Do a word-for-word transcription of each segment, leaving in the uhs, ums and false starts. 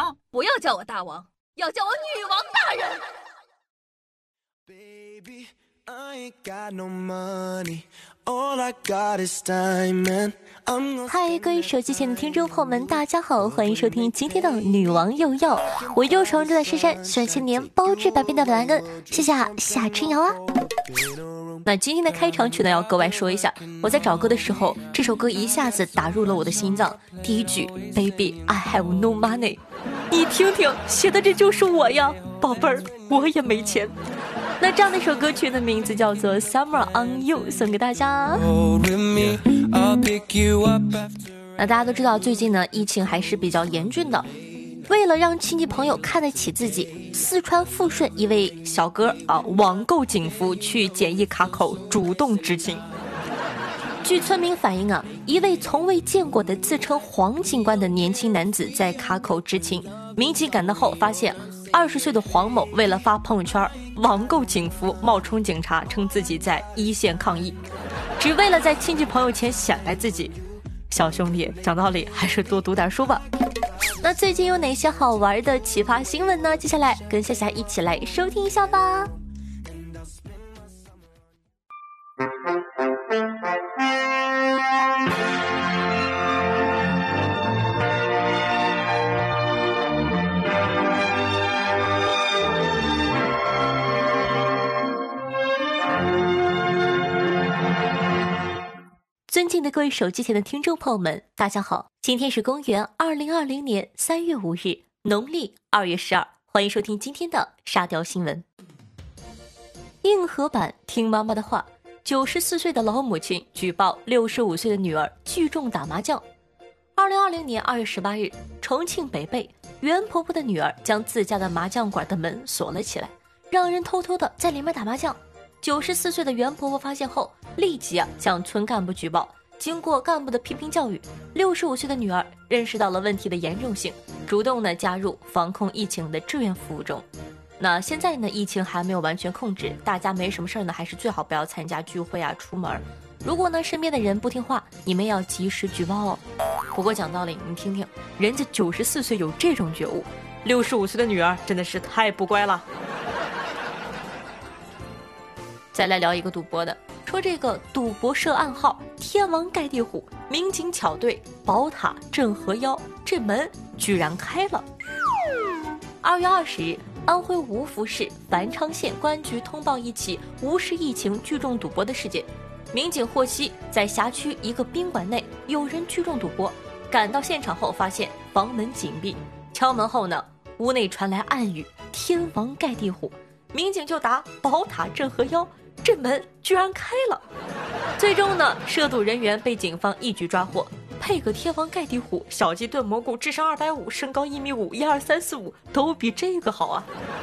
王，不要叫我大王，要叫我女王大人。 Baby, I ain't got no money. All I got is time, and I'm gonna 嗨，各位手机前的听众朋友们，大家好，欢迎收听今天的女王又要，我又常住在深山，虽然千年包治百病的兰根，谢谢夏春瑶啊。那今天的开场曲呢，要格外说一下，我在找歌的时候，这首歌一下子打入了我的心脏。第一句 Baby I have no money， 你听听，写的这就是我呀，宝贝儿，我也没钱。那这样的一首歌曲的名字叫做 Summer on You， 送给大家。那大家都知道，最近呢疫情还是比较严峻的，为了让亲戚朋友看得起自己，四川富顺一位小哥啊网购警服去检疫卡口主动执勤。据村民反映啊，一位从未见过的自称黄警官的年轻男子在卡口执勤，民警赶到后发现二十岁的黄某为了发朋友圈网购警服，冒充警察，称自己在一线抗疫，只为了在亲戚朋友前显摆自己。小兄弟，讲道理还是多读点书吧。那最近有哪些好玩的奇葩新闻呢？接下来跟夏夏一起来收听一下吧。尊敬的各位手机前的听众朋友们，大家好，今天是公元二零二零年三月五日，农历二月十二，欢迎收听今天的沙雕新闻。硬核版听妈妈的话，九十四岁的老母亲举报六十五岁的女儿聚众打麻将。二零二零年二月十八日，重庆北碚，袁婆婆的女儿将自家的麻将馆的门锁了起来，让人偷偷的在里面打麻将。九十四岁的袁婆婆发现后，立即啊向村干部举报。经过干部的批评教育，六十五岁的女儿认识到了问题的严重性，主动呢加入防控疫情的志愿服务中。那现在呢，疫情还没有完全控制，大家没什么事呢，还是最好不要参加聚会啊，出门。如果呢身边的人不听话，你们要及时举报哦。不过讲道理，你听听，人家九十四岁有这种觉悟，六十五岁的女儿真的是太不乖了。再来聊一个赌博的，说这个赌博设暗号天王盖地虎，民警巧对宝塔镇河妖，这门居然开了。二月二十日，安徽芜湖市繁昌县公安局通报一起无视疫情聚众赌博的事件。民警获悉，在辖区一个宾馆内有人聚众赌博，赶到现场后发现房门紧闭，敲门后呢，屋内传来暗语天王盖地虎，民警就答宝塔镇河妖，这门居然开了。最终呢，涉赌人员被警方一举抓获，配个天王盖地虎，小鸡炖蘑菇，智商二百五，身高一米五，一二三四五都比这个好啊。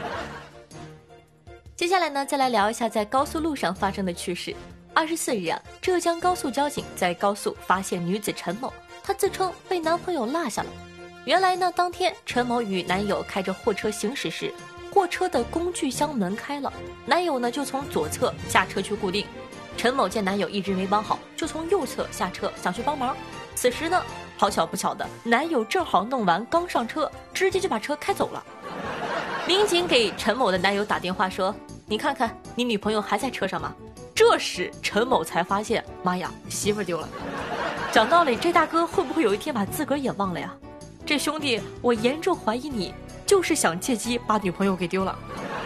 接下来呢，再来聊一下在高速路上发生的趣事。二十四日啊，浙江高速交警在高速发现女子陈某，她自称被男朋友落下了。原来呢，当天陈某与男友开着货车行驶时，货车的工具箱门开了，男友呢就从左侧下车去固定。陈某见男友一直没绑好，就从右侧下车想去帮忙。此时呢，好巧不巧的，男友正好弄完刚上车，直接就把车开走了。民警给陈某的男友打电话说，你看看你女朋友还在车上吗？这时陈某才发现，妈呀，媳妇丢了。讲道理，这大哥会不会有一天把自个儿也忘了呀？这兄弟，我严重怀疑你就是想借机把女朋友给丢了。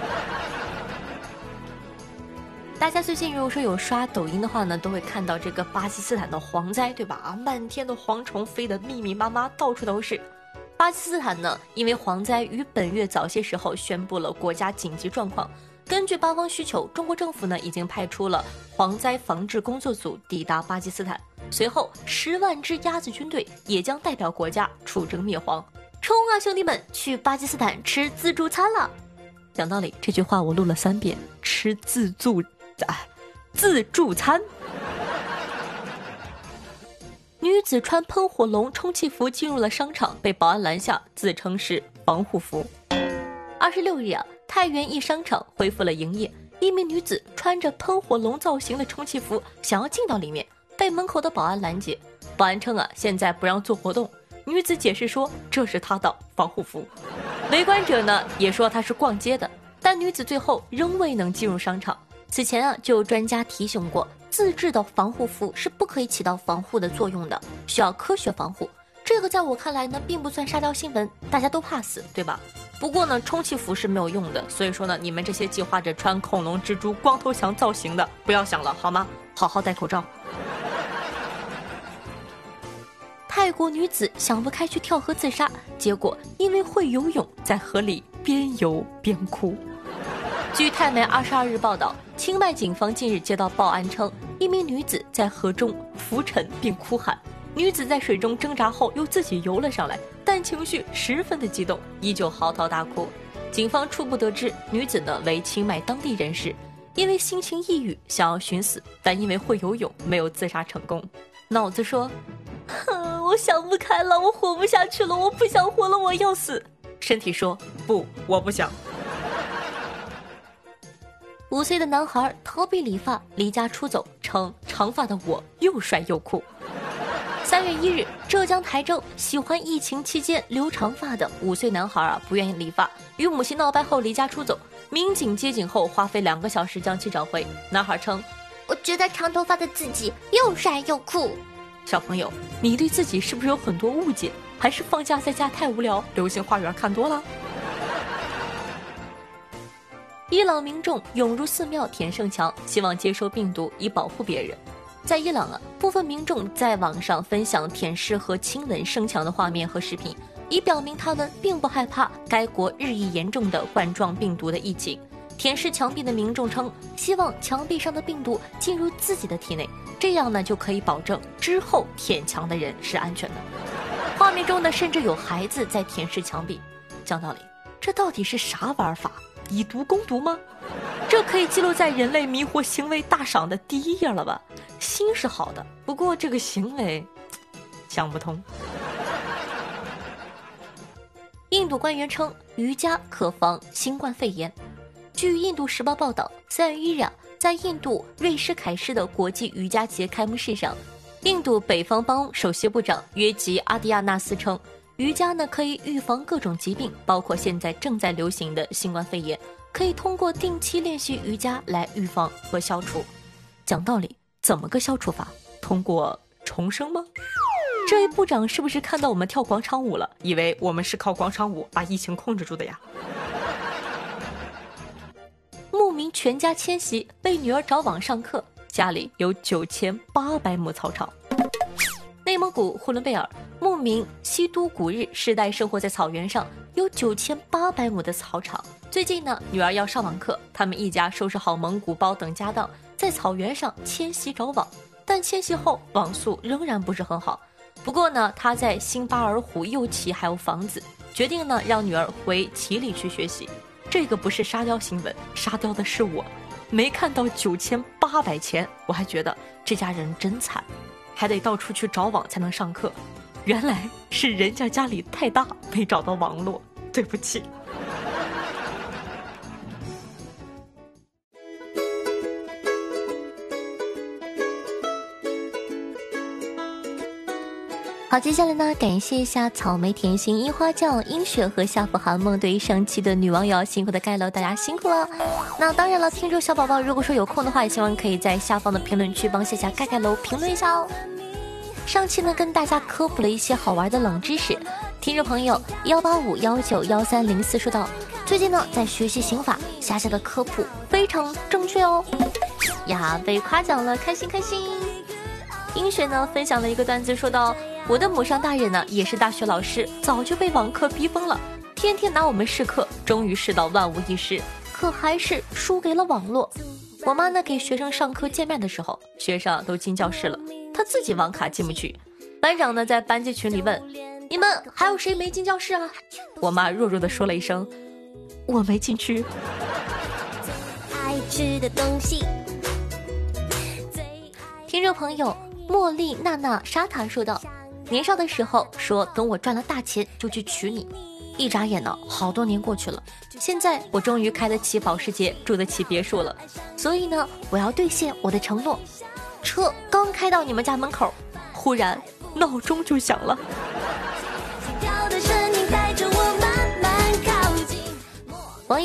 大家最近如果说有刷抖音的话呢，都会看到这个巴基斯坦的蝗灾，对吧？啊，漫天的蝗虫飞得密密麻麻，到处都是。巴基斯坦呢，因为蝗灾于本月早些时候宣布了国家紧急状况。根据巴方需求，中国政府呢已经派出了蝗灾防治工作组抵达巴基斯坦，随后十万支鸭子军队也将代表国家出征灭蝗。冲啊，兄弟们，去巴基斯坦吃自助餐了！讲道理，这句话我录了三遍，吃自助，哎，自助餐。女子穿喷火龙充气服进入了商场，被保安拦下，自称是防护服。二十六日啊，太原一商场恢复了营业，一名女子穿着喷火龙造型的充气服想要进到里面，被门口的保安拦截。保安称啊，现在不让做活动， 女子解释说这是她的防护服。围观者呢也说她是逛街的，但女子最后仍未能进入商场。此前啊，就有专家提醒过，自制的防护服是不可以起到防护的作用的，需要科学防护。这个在我看来呢，并不算沙雕新闻，大家都怕死，对吧？不过呢，充气服是没有用的，所以说呢，你们这些计划着穿恐龙、蜘蛛、光头强造型的，不要想了，好吗？好好戴口罩。泰国女子想不开去跳河自杀，结果因为会游泳，在河里边游边哭。据泰媒二十二日报道，清迈警方近日接到报案称，一名女子在河中浮沉并哭喊。女子在水中挣扎后又自己游了上来，但情绪十分的激动，依旧嚎啕大哭。警方初步得知，女子呢为清迈当地人士，因为心情抑郁想要寻死，但因为会游泳没有自杀成功。脑子说，我想不开了，我活不下去了，我不想活了，我要死。身体说，不，我不想。五岁的男孩逃避理发，离家出走，称长发的我又帅又酷。三月一日，浙江台州喜欢疫情期间留长发的五岁男孩啊，不愿意理发，与母亲闹掰后离家出走。民警接警后，花费两个小时将其找回。男孩称：“ 我觉得长头发的自己又帅又酷。” 小朋友，你对自己是不是有很多误解？还是放假在家太无聊，流星花园看多了？伊朗民众涌入寺庙舔圣墙，希望接收病毒以保护别人。在伊朗啊，部分民众在网上分享舔舐和亲吻圣墙的画面和视频，以表明他们并不害怕该国日益严重的冠状病毒的疫情。舔舐墙壁的民众称，希望墙壁上的病毒进入自己的体内，这样呢就可以保证之后舔墙的人是安全的。画面中呢，甚至有孩子在舔舐墙壁。讲道理，这到底是啥玩法？以毒攻毒吗？这可以记录在人类迷惑行为大赏的第一页了吧？心是好的，不过这个行为想不通。印度官员称瑜伽可防新冠肺炎。据印度时报报道，三月一日啊，在印度瑞士凯市的国际瑜伽节开幕式上，印度北方邦首席部长约吉阿迪亚纳斯称，瑜伽呢可以预防各种疾病，包括现在正在流行的新冠肺炎，可以通过定期练习瑜伽来预防和消除。讲道理，怎么个消除法？通过重生吗？这位部长是不是看到我们跳广场舞了，以为我们是靠广场舞把疫情控制住的呀？牧民全家迁徙，为女儿找网上课，家里有九千八百亩草场。内蒙古呼伦贝尔牧民西都古日世代生活在草原上，有九千八百亩的草场。最近呢，女儿要上网课，他们一家收拾好蒙古包等家当，在草原上迁徙找网，但迁徙后网速仍然不是很好。不过呢，他在新巴尔虎右旗还有房子，决定呢让女儿回旗里去学习。这个不是沙雕新闻，沙雕的是我。没看到九千八百钱，我还觉得这家人真惨，还得到处去找网才能上课。原来是人家家里太大，没找到网络，对不起。好，接下来呢，感谢一下草莓甜心、樱花酱、樱雪和夏府寒梦对于上期的女网友辛苦的盖楼，大家辛苦了。那当然了，听众小宝宝如果说有空的话，也希望可以在下方的评论区帮夏夏盖盖楼评论一下哦。上期呢跟大家科普了一些好玩的冷知识，听众朋友幺八五幺九幺三零四说道，最近呢在学习刑法，夏夏的科普非常正确哦，呀被夸奖了，开心开心。樱雪呢分享了一个段子，说到我的母上大人呢也是大学老师，早就被网课逼疯了，天天拿我们试课，终于试到万无一失，可还是输给了网络。我妈呢给学生上课见面的时候，学生都进教室了，她自己网卡进不去。班长呢在班级群里问，你们还有谁没进教室啊？我妈弱弱的说了一声，我没进去。爱吃的东西。听众朋友茉莉娜娜沙塔说道，年少的时候说等我赚了大钱就去娶你，一眨眼呢好多年过去了，现在我终于开得起保时捷，住得起别墅了，所以呢我要兑现我的承诺。车刚开到你们家门口，忽然闹钟就响了。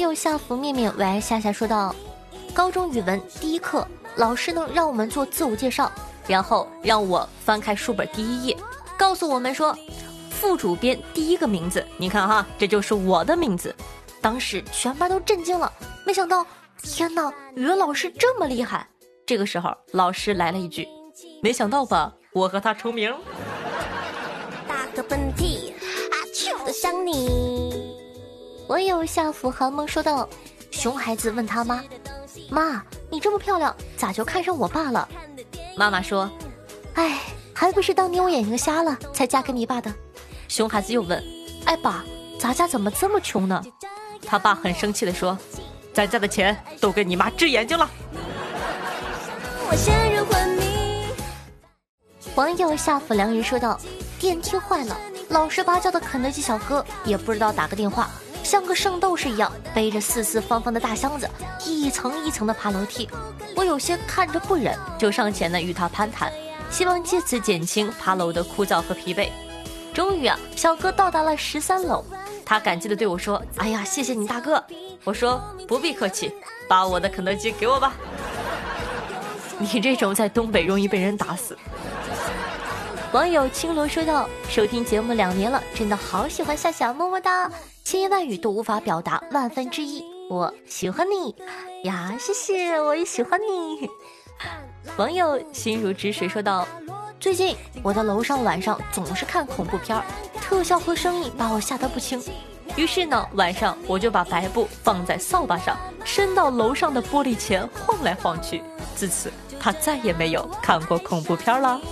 友夏福面面喂夏夏说道，高中语文第一课，老师呢让我们做自我介绍，然后让我翻开书本第一页，告诉我们说副主编第一个名字，你看哈，这就是我的名字。当时全班都震惊了，没想到天哪，语文老师这么厉害。这个时候老师来了一句，没想到吧，我和他重名。 打个喷嚏啊啾的想你。 网友夏福寒梦说道，熊孩子问他妈，妈你这么漂亮咋就看上我爸了？妈妈说，哎，还不是当年我眼睛瞎了才嫁给你爸的。熊孩子又问，哎爸，咱家怎么这么穷呢？他爸很生气地说，咱家的钱都给你妈治眼睛了。 我陷入昏迷。 网友夏府良人说道，电梯坏了，老实巴交的肯德基小哥也不知道打个电话，像个圣斗士一样背着四四方方的大箱子一层一层的爬楼梯。我有些看着不忍，就上前呢与他攀谈，希望借此减轻爬楼的枯燥和疲惫。终于啊，小哥到达了十三楼，他感激地对我说，哎呀谢谢你大哥。我说不必客气，把我的肯德基给我吧。你这种在东北容易被人打死。网友青罗说道，收听节目两年了，真的好喜欢夏夏，么么哒，千言万语都无法表达万分之一，我喜欢你呀，谢谢，我也喜欢你。网友心如止水说道，最近我的楼上晚上总是看恐怖片，特效和声音把我吓得不轻，于是呢晚上我就把白布放在扫把上，伸到楼上的玻璃前晃来晃去，自此他再也没有看过恐怖片了。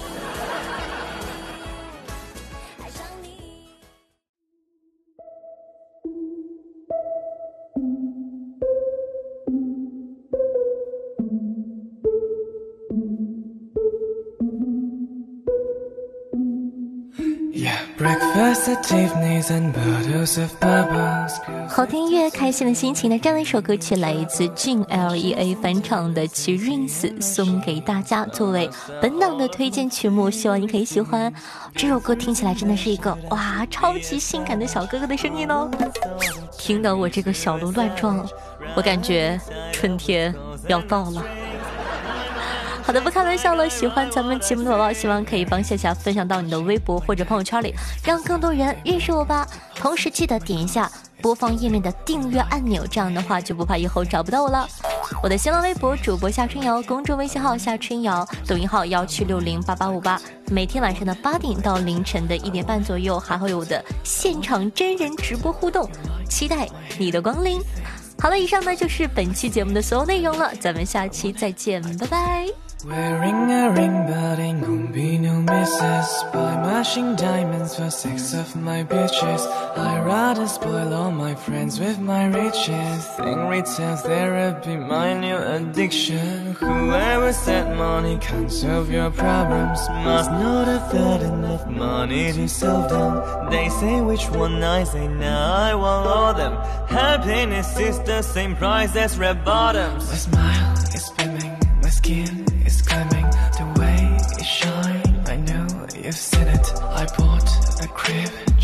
好听音乐，开心的心情的这样的一首歌曲来自俊 L E A 翻唱的《去 Rings》，送给大家作为本档的推荐曲目，希望你可以喜欢。这首歌听起来真的是一个哇超级性感的小哥哥的声音哦，听到我这个小鹿乱撞，我感觉春天要到了。好的，不开玩笑了，喜欢咱们节目的宝宝，希望可以帮夏夏分享到你的微博或者朋友圈里，让更多人认识我吧。同时记得点一下播放页面的订阅按钮，这样的话就不怕以后找不到我了。我的新浪微博主播夏春瑶，公众微信号夏春瑶，抖音号幺七六零八八五八，每天晚上的八点到凌晨的一点半左右，还会有我的现场真人直播互动，期待你的光临。好了，以上呢就是本期节目的所有内容了，咱们下期再见，拜拜。 Wearing a ring but ain't gon' be no misses. Buy matching diamonds for six of my bitches. I'd rather spoil all my friends with my riches. Think retail therapy, my new addiction. Whoever said money can't solve your problems must not have had enough money to solve them. They say which one I say now I want all them. Happiness is the same price as red bottoms. My smile is beaming, my skin is climbing, the way it shine, I know you've seen it. I bought a crib